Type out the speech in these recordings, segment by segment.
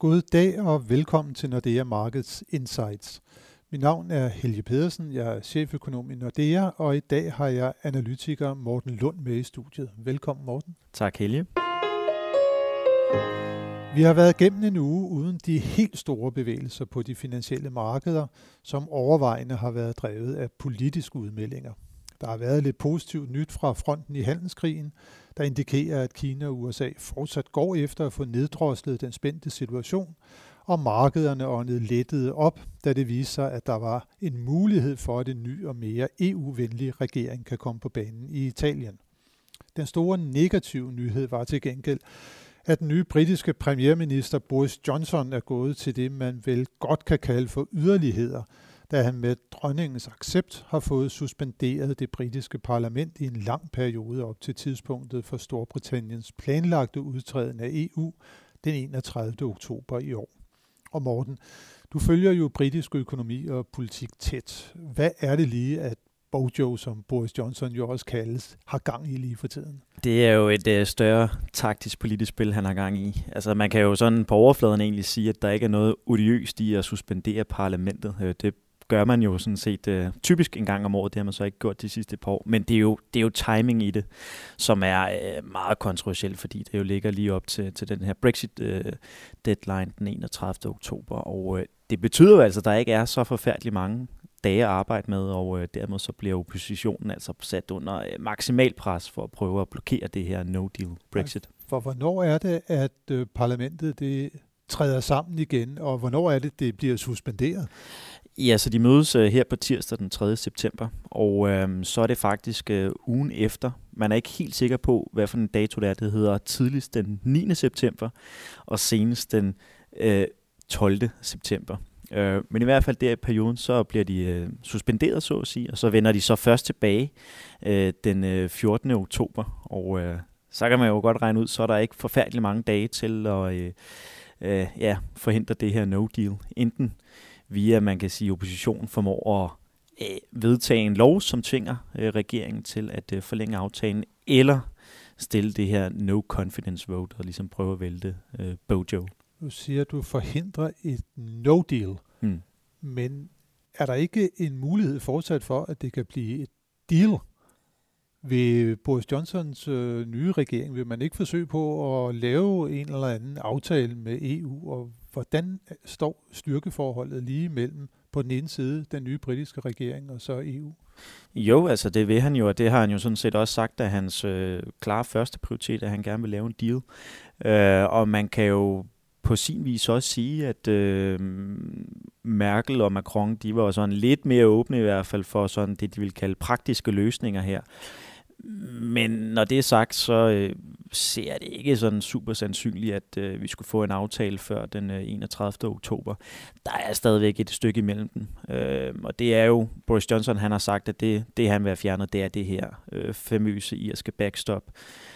God dag og velkommen til Nordea Markets Insights. Mit navn er Helge Pedersen, jeg er cheføkonom i Nordea, og i dag har jeg analytiker Morten Lund med i studiet. Velkommen, Morten. Tak, Helge. Vi har været gennem en uge uden de helt store bevægelser på de finansielle markeder, som overvejende har været drevet af politiske udmeldinger. Der har været lidt positivt nyt fra fronten i handelskrigen, der indikerer, at Kina og USA fortsat går efter at få neddroslet den spændte situation, og markederne åndede lettet op, da det viste sig, at der var en mulighed for, at en ny og mere EU-venlig regering kan komme på banen i Italien. Den store negative nyhed var til gengæld, at den nye britiske premierminister Boris Johnson er gået til det, man vel godt kan kalde for yderligheder, da han med dronningens accept har fået suspenderet det britiske parlament i en lang periode op til tidspunktet for Storbritanniens planlagte udtræden af EU den 31. oktober i år. Og Morten, du følger jo britisk økonomi og politik tæt. Hvad er det lige, at Bojo, som Boris Johnson jo også kaldes, har gang i lige for tiden? Det er jo et større taktisk politisk spil, han har gang i. Altså man kan jo sådan på overfladen egentlig sige, at der ikke er noget odiøst i at suspendere parlamentet. Det gør man jo sådan set typisk en gang om året. Det har man så ikke gjort de sidste par år. Men det er jo timing i det, som er meget kontroversielt, fordi det jo ligger lige op til den her Brexit-deadline den 31. oktober. Og det betyder jo altså, at der ikke er så forfærdeligt mange dage at arbejde med, og dermed så bliver oppositionen altså sat under maksimal pres for at prøve at blokere det her no-deal Brexit. For hvornår er det, at parlamentet det træder sammen igen, og hvornår er det, det bliver suspenderet? Ja, så de mødes her på tirsdag den 3. september, og så er det faktisk ugen efter. Man er ikke helt sikker på, hvad for en dato det er. Det hedder tidligst den 9. september, og senest den 12. september. Men i hvert fald der i perioden, så bliver de suspenderet, så at sige, og så vender de så først tilbage den 14. oktober, og så kan man jo godt regne ud, så er der ikke forfærdelig mange dage til at forhindre det her no-deal. Enten via, man kan sige, oppositionen formår at vedtage en lov, som tvinger regeringen til at forlænge aftalen, eller stille det her no-confidence vote og ligesom prøve at vælte Bojo. Du siger, at du forhindrer et no-deal, men er der ikke en mulighed fortsat for, at det kan blive et deal? Ved Boris Johnsons nye regering vil man ikke forsøge på at lave en eller anden aftale med EU, og hvordan står styrkeforholdet lige mellem på den ene side den nye britiske regering og så EU? Jo, altså det vil han jo, og det har han jo sådan set også sagt, at hans klare første prioritet, at han gerne vil lave en deal. Og man kan jo på sin vis også sige, at Merkel og Macron, de var jo sådan lidt mere åbne i hvert fald for sådan det, de vil kalde praktiske løsninger her. Men når det er sagt, så ser det ikke sådan super sandsynligt, at vi skulle få en aftale før den 31. oktober. Der er stadigvæk et stykke imellem dem. Og det er jo, Boris Johnson han har sagt, at det han vil have fjernet, det er det her famøse irske backstop.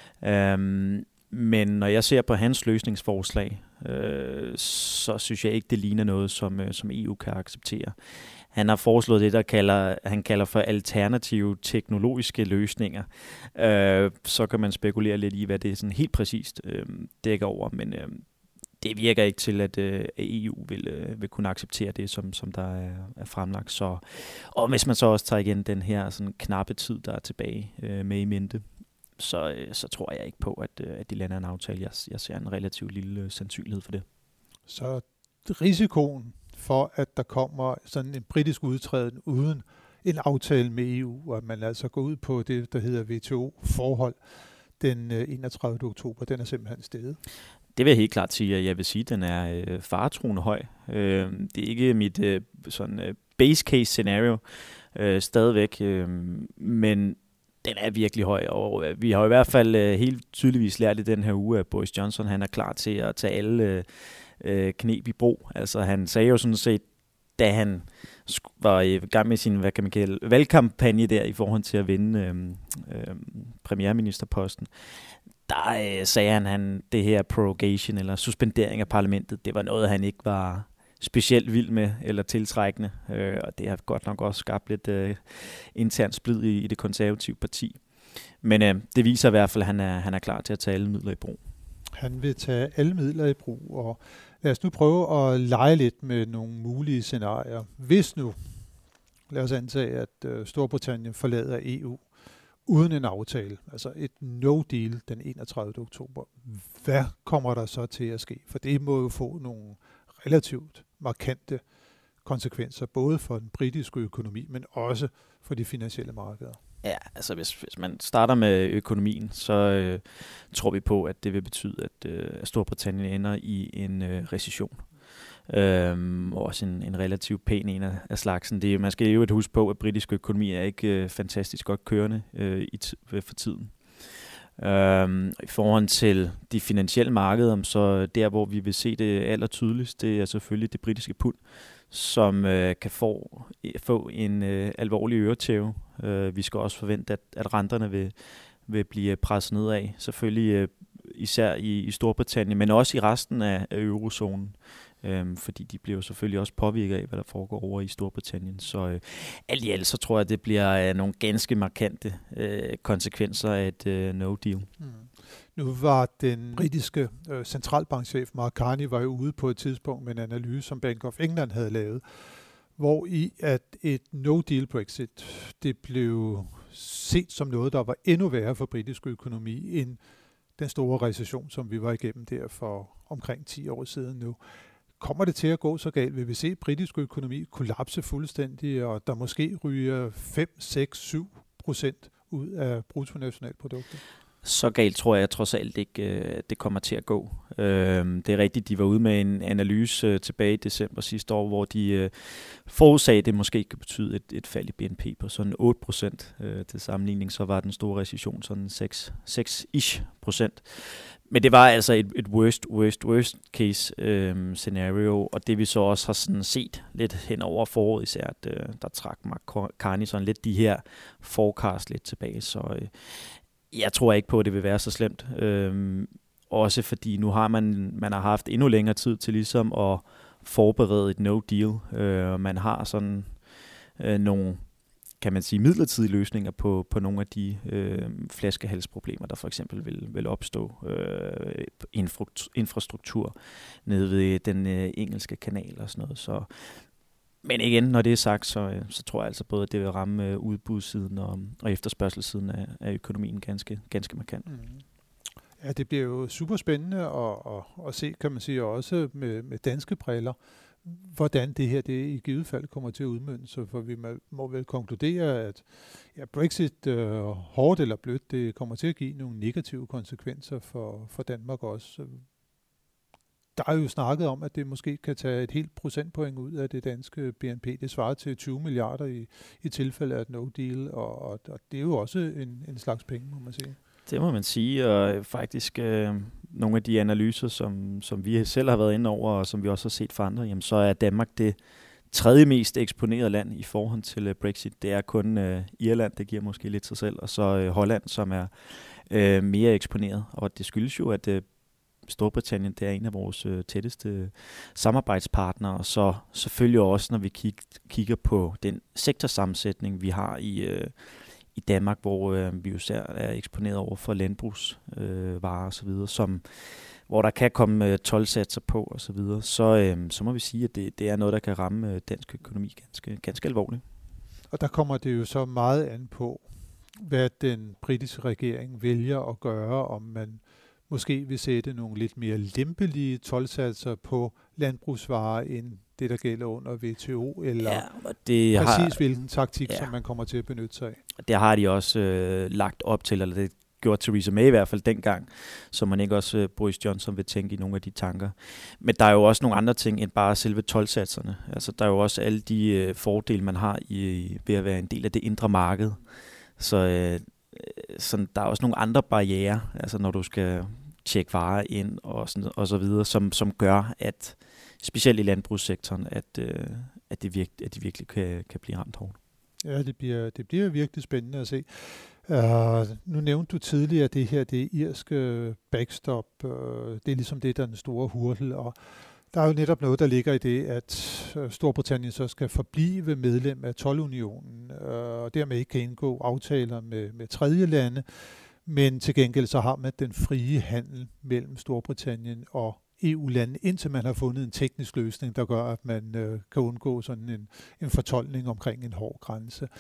Men når jeg ser på hans løsningsforslag, så synes jeg ikke, det ligner noget, som EU kan acceptere. Han har foreslået det, han kalder for alternative teknologiske løsninger. Så kan man spekulere lidt i, hvad det sådan helt præcist dækker over, men det virker ikke til, at EU vil kunne acceptere det, som der er fremlagt. Så, og hvis man så også tager igen den her sådan knappe tid, der er tilbage med i mente, så tror jeg ikke på, at de lander en aftale. Jeg ser en relativt lille sandsynlighed for det. Så risikoen for, at der kommer sådan en britisk udtræden uden en aftale med EU, og at man altså går ud på det, der hedder WTO-forhold den 31. oktober, den er simpelthen steget. Det vil jeg helt klart sige, at jeg vil sige, at den er faretruende høj. Det er ikke mit sådan base case scenario stadigvæk, men den er virkelig høj, og vi har i hvert fald helt tydeligvis lært i den her uge, at Boris Johnson han er klar til at tage alle knep i brug. Altså han sagde jo sådan set, da han var i gang med sin, hvad kan man kalde, valgkampagne der i forhold til at vinde premierministerposten, der sagde han det her prorogation eller suspendering af parlamentet, det var noget, han ikke var specielt vild med eller tiltrækkende, og det har godt nok også skabt lidt intern splid i det konservative parti. Men det viser i hvert fald, at han er klar til at tage alle midler i brug. Han vil tage alle midler i brug, og Lad os nu prøve at lege lidt med nogle mulige scenarier. Hvis nu, lad os antage, at Storbritannien forlader EU uden en aftale, altså et no-deal den 31. oktober. Hvad kommer der så til at ske? For det må jo få nogle relativt markante konsekvenser, både for den britiske økonomi, men også for de finansielle markeder. Ja, altså hvis man starter med økonomien, så tror vi på, at det vil betyde, at Storbritannien ender i en recession. Og også en relativt pæn en af slagsen. Man skal jo huske på, at britisk økonomi er ikke fantastisk godt kørende for tiden. I forhold til de finansielle markeder, så der, hvor vi vil se det allertydeligst, det er selvfølgelig det britiske pund, som kan få en alvorlig øretæve. Vi skal også forvente, at renterne vil blive presset nedad. Selvfølgelig især i Storbritannien, men også i resten af eurozonen. Fordi de bliver jo selvfølgelig også påvirket af, hvad der foregår over i Storbritannien. Så alt i alt, så tror jeg, at det bliver nogle ganske markante konsekvenser af et no-deal. Nu var den britiske centralbankchef Mark Carney var jo ude på et tidspunkt med en analyse, som Bank of England havde lavet, hvor i at et no-deal Brexit, det blev set som noget, der var endnu værre for britisk økonomi end den store recession, som vi var igennem der for omkring 10 år siden nu. Kommer det til at gå så galt? Vil vi se britisk økonomi kollapse fuldstændig, og der måske ryger 5-6-7% ud af bruttonationalproduktet? Så galt tror jeg trods alt ikke, det kommer til at gå. Det er rigtigt, de var ude med en analyse tilbage i december sidste år, hvor de forudsagde, at det måske kan betyde et fald i BNP på sådan 8%. Til sammenligning så var den store recession sådan 6-ish%. Men det var altså et worst case scenario, og det vi så også har sådan set lidt hen over foråret, især at der trak Mark Carney sådan lidt de her forecast lidt tilbage, så jeg tror ikke på, at det vil være så slemt. Også fordi nu har man har haft endnu længere tid til ligesom at forberede et no-deal. Man har sådan nogle, kan man sige, midlertidige løsninger på nogle af de flaskehalsproblemer, der for eksempel vil opstå. Infrastruktur nede ved den engelske kanal og sådan noget. Så men igen, når det er sagt, så tror jeg altså både, at det vil ramme udbudssiden og efterspørgselssiden af økonomien ganske markant. Ja, det bliver jo super spændende at se, kan man sige, også med danske briller, hvordan det her det i givet fald kommer til at udmønte sig, for vi må vel konkludere, at Brexit, hårdt eller blødt, det kommer til at give nogle negative konsekvenser for Danmark også. Der er jo snakket om, at det måske kan tage et helt procentpoint ud af det danske BNP. Det svarer til 20 milliarder i tilfælde af et no-deal, og det er jo også en slags penge, må man sige. Det må man sige, og faktisk nogle af de analyser, som vi selv har været inde over, og som vi også har set fra andre, jamen, så er Danmark det tredje mest eksponerede land i forhold til Brexit. Det er kun Irland, det giver måske lidt sig selv, og så Holland, som er mere eksponeret. Og det skyldes jo, at Storbritannien, det er en af vores tætteste samarbejdspartnere, og så selvfølgelig også, når vi kigger på den sektorsammensætning, vi har i Danmark, hvor vi jo ser er eksponeret over for landbrugsvarer og så videre, hvor der kan komme toldsatser på og så videre, så må vi sige, at det er noget, der kan ramme dansk økonomi ganske alvorligt. Og der kommer det jo så meget an på, hvad den britiske regering vælger at gøre, om man måske vil sætte nogle lidt mere lempelige toldsatser på landbrugsvarer end det, der gælder under WTO, eller hvilken taktik, som man kommer til at benytte sig af. Det har de også lagt op til, eller det gjorde Theresa May i hvert fald dengang, så man ikke også Boris Johnson vil tænke i nogle af de tanker. Men der er jo også nogle andre ting end bare selve toldsatserne. Altså, der er jo også alle de fordele, man har ved at være en del af det indre marked. Så der er også nogle andre barrierer, altså når du skal tjekke varer ind og så videre, som gør, at specielt i landbrugssektoren, at de virkelig kan blive ramt hårdt. Ja, det bliver virkelig spændende at se. Nu nævnte du tidligere, at det her, det irske backstop, det er ligesom det, der er den store hurdle, og der er jo netop noget, der ligger i det, at Storbritannien så skal forblive medlem af toldunionen, og dermed ikke kan indgå aftaler med tredje lande, men til gengæld så har man den frie handel mellem Storbritannien og EU-lande, indtil man har fundet en teknisk løsning, der gør, at man kan undgå sådan en fortolkning omkring en hård grænse.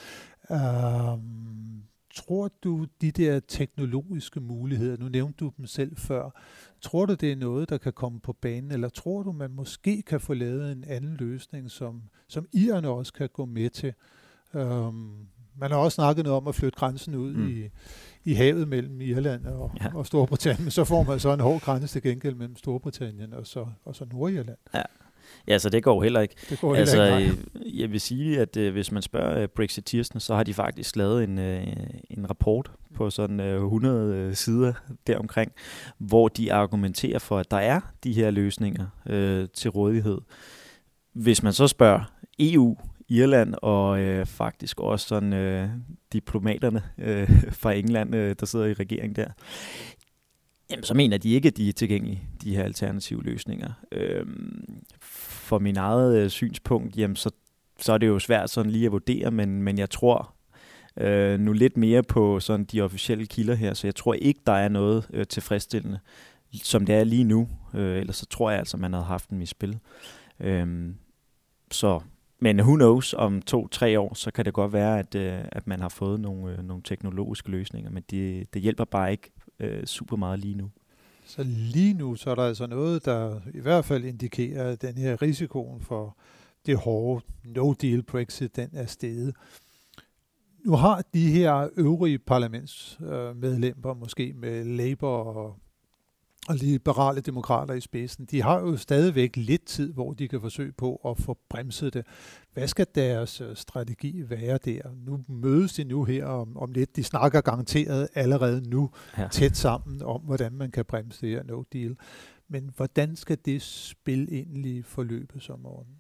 Tror du, de der teknologiske muligheder, nu nævnte du dem selv før, tror du, det er noget, der kan komme på banen, eller tror du, man måske kan få lavet en anden løsning, som irerne også kan gå med til? Man har også snakket noget om at flytte grænsen ud i havet mellem Irland og Storbritannien, men så får man så en hård grænse til gengæld mellem Storbritannien og så Nordirland. Ja, så det går heller ikke. Det går heller ikke. Jeg vil sige, at hvis man spørger Brexiteersne, så har de faktisk lavet en rapport på sådan 100 sider deromkring, hvor de argumenterer for, at der er de her løsninger til rådighed. Hvis man så spørger EU, Irland og faktisk også sådan diplomaterne fra England, der sidder i regeringen der, jamen, så mener de ikke, at de er tilgængelige, de her alternative løsninger. For min eget synspunkt, jamen, så er det jo svært sådan lige at vurdere, men jeg tror nu lidt mere på sådan de officielle kilder her, så jeg tror ikke, der er noget tilfredsstillende, som det er lige nu. Ellers så tror jeg altså, man havde haft dem i spil. Men who knows, om 2-3 år, så kan det godt være, at man har fået nogle teknologiske løsninger, men det hjælper bare ikke super meget lige nu. Så lige nu, så er der altså noget, der i hvert fald indikerer, at den her risikoen for det hårde no-deal Brexit, den er steget. Nu har de her øvrige parlamentsmedlemmer, måske med Labour og liberale demokrater i spidsen, de har jo stadigvæk lidt tid, hvor de kan forsøge på at få bremset det. Hvad skal deres strategi være der? Nu mødes de nu her om lidt. De snakker garanteret allerede nu tæt sammen om, hvordan man kan bremse det her no deal. Men hvordan skal det spil egentlig forløbe som morgen?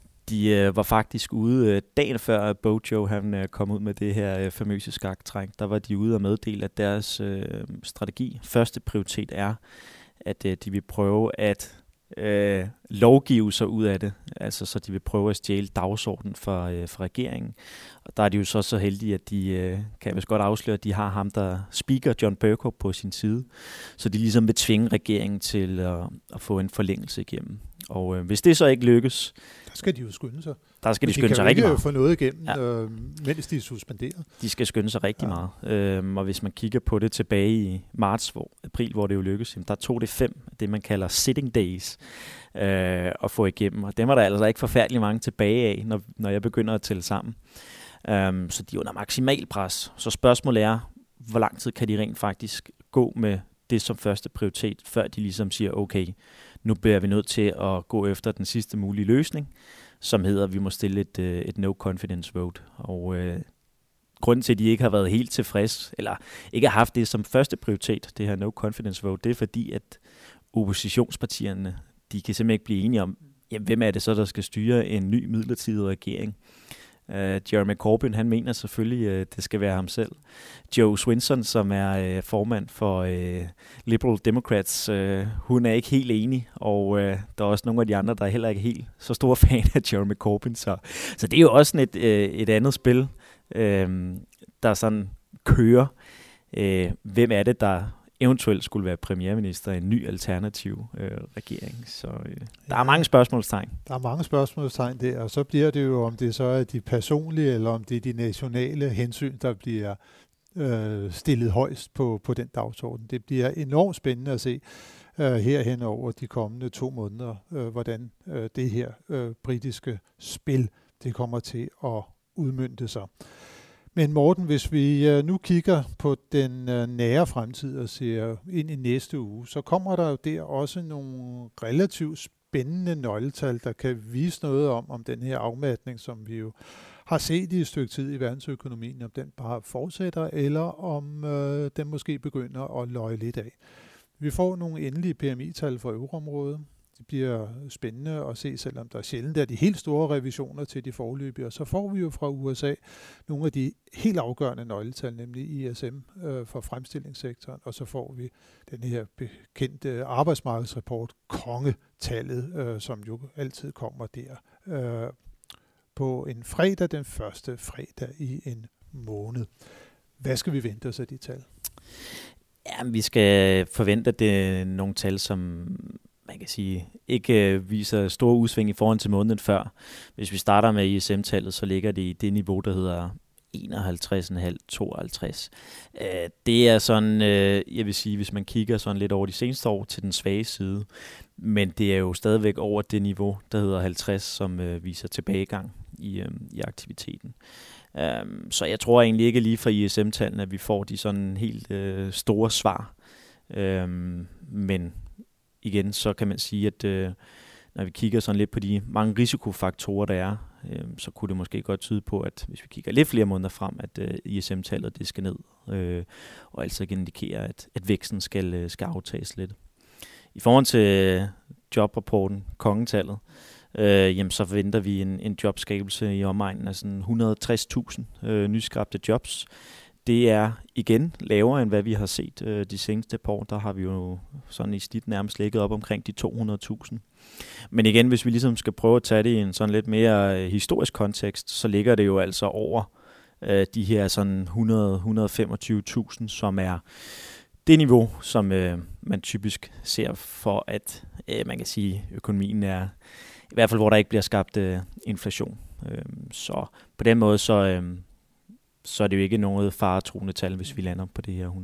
De var faktisk ude dagen før Bojo han kom ud med det her famøse skaktræk. Der var de ude og meddele, at deres strategi, første prioritet er, at de vil prøve at lovgive sig ud af det. Altså så de vil prøve at stjæle dagsordenen fra regeringen. Og der er de jo så heldige, at de kan vist godt afsløre, at de har ham, der speaker, John Bercow, på sin side. Så de ligesom vil tvinge regeringen til at få en forlængelse igennem. Og hvis det så ikke lykkes... Der skal de jo skynde sig. Der skal de skynde sig rigtig meget. De kan jo ikke få noget igennem, mens de er suspenderet. De skal skynde sig rigtig meget. Og hvis man kigger på det tilbage i april, hvor det jo lykkes, der tog det 5, det man kalder sitting days, at få igennem. Og dem var der altså ikke forfærdelig mange tilbage af, når jeg begynder at tælle sammen. Så de er under maksimal pres. Så spørgsmålet er, hvor lang tid kan de rent faktisk gå med det som første prioritet, før de ligesom siger, okay, nu bliver vi nødt til at gå efter den sidste mulige løsning, som hedder, at vi må stille et no confidence vote. Og grunden til, at de ikke har været helt tilfreds, eller ikke har haft det som første prioritet, det her no confidence vote, det er fordi, at oppositionspartierne, de kan simpelthen ikke blive enige om, jamen, hvem er det så, der skal styre en ny midlertidig regering. Jeremy Corbyn, han mener selvfølgelig, det skal være ham selv. Joe Swinson, som er formand for Liberal Democrats, hun er ikke helt enig, og der er også nogle af de andre, der er heller ikke helt så store fan af Jeremy Corbyn. Så det er jo også et andet spil, der sådan kører. Hvem er det, der eventuelt skulle være premierminister i en ny alternativ regering. Så der er mange spørgsmålstegn. Der er mange spørgsmålstegn der, og så bliver det jo, om det så er de personlige, eller om det er de nationale hensyn, der bliver stillet højst på den dagsorden. Det bliver enormt spændende at se herhen over de kommende 2 måneder, hvordan det her britiske spil, det kommer til at udmønte sig. Men Morten, hvis vi nu kigger på den nære fremtid og ser ind i næste uge, så kommer der jo der også nogle relativt spændende nøgletal, der kan vise noget om den her afmatning, som vi jo har set i et stykke tid i verdensøkonomien, om den bare fortsætter, eller om den måske begynder at løje lidt af. Vi får nogle endelige PMI-tal for euroområdet. Det bliver spændende at se, selvom der sjældent er de helt store revisioner til de foreløbige. Og så får vi jo fra USA nogle af de helt afgørende nøgletal, nemlig ISM for fremstillingssektoren. Og så får vi den her bekendte arbejdsmarkedsrapport, kongetallet, som jo altid kommer der på en fredag, den første fredag i en måned. Hvad skal vi vente os af de tal? Ja, vi skal forvente, at det er nogle tal, som man kan sige, ikke viser store udsving i forhold til måneden før. Hvis vi starter med ISM-tallet, så ligger det i det niveau, der hedder 51,5-52. Det er sådan, jeg vil sige, hvis man kigger sådan lidt over de seneste år til den svage side, men det er jo stadigvæk over det niveau, der hedder 50, som viser tilbagegang i aktiviteten. Så jeg tror egentlig ikke lige fra ISM-tallene, at vi får de sådan helt store svar. Men igen, så kan man sige, at når vi kigger sådan lidt på de mange risikofaktorer, der er, så kunne det måske godt tyde på, at hvis vi kigger lidt flere måneder frem, at ISM-tallet det skal ned, og altså indikerer, at væksten skal aftages lidt. I forhold til jobrapporten, kongetallet, jamen så forventer vi en jobskabelse i omegnen af sådan 160.000 nyskabte jobs. Det er igen lavere, end hvad vi har set de seneste par år. Der har vi jo sådan i snit nærmest ligget op omkring de 200.000. Men igen, hvis vi ligesom skal prøve at tage det i en sådan lidt mere historisk kontekst, så ligger det jo altså over de her sådan 100-125.000, som er det niveau, som man typisk ser for, at man kan sige, økonomien er, i hvert fald hvor der ikke bliver skabt inflation. Så på den måde, så er det jo ikke noget faretruende tal, hvis vi lander på det her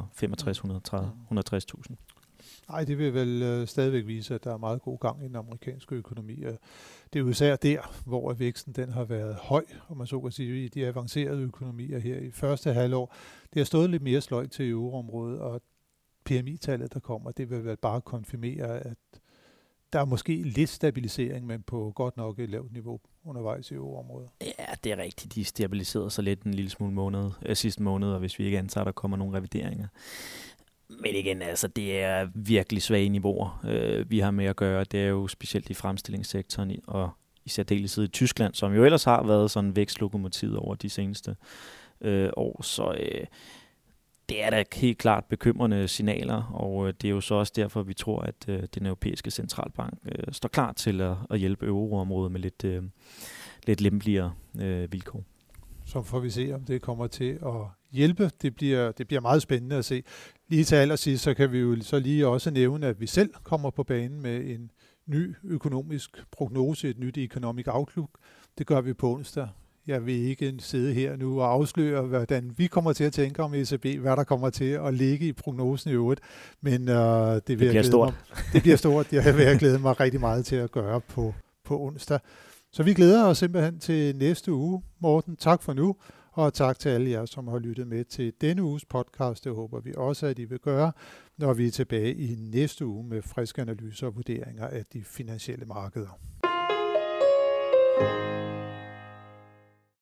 165-160.000. Nej, det vil vel stadigvæk vise, at der er meget god gang i den amerikanske økonomi. Det er jo især der, hvor væksten den har været høj, og man så kan sige, i de avancerede økonomier her i første halvår. Det har stået lidt mere sløjt til euroområdet, og PMI-tallet, der kommer, det vil vel bare konfirmere, at der er måske lidt stabilisering, men på godt nok et lavt niveau undervejs i euroområdet. Ja, det er rigtigt. De stabiliserede sig lidt en lille smule sidste måned, og hvis vi ikke antager, der kommer nogle revideringer. Men igen, altså, det er virkelig svage niveauer, vi har med at gøre. Det er jo specielt i fremstillingssektoren, og i særdeleshed i Tyskland, som jo ellers har været sådan vækstlokomotivet over de seneste år. Så det er da helt klart bekymrende signaler, og det er jo så også derfor, vi tror, at den europæiske centralbank står klar til at hjælpe euroområdet med lidt lempeligere vilkår. Så får vi se, om det kommer til at hjælpe. Det bliver meget spændende at se. Lige til allersidst, så kan vi jo så lige også nævne, at vi selv kommer på banen med en ny økonomisk prognose, et nyt economic outlook. Det gør vi på onsdag. Jeg vil ikke sidde her nu og afsløre, hvordan vi kommer til at tænke om ECB, hvad der kommer til at ligge i prognosen i øvrigt. Men det bliver stort. Det bliver stort. Jeg vil glæde mig rigtig meget til at gøre på onsdag. Så vi glæder os simpelthen til næste uge. Morten, tak for nu, og tak til alle jer, som har lyttet med til denne uges podcast. Det håber vi også, at I vil gøre, når vi er tilbage i næste uge med friske analyser og vurderinger af de finansielle markeder.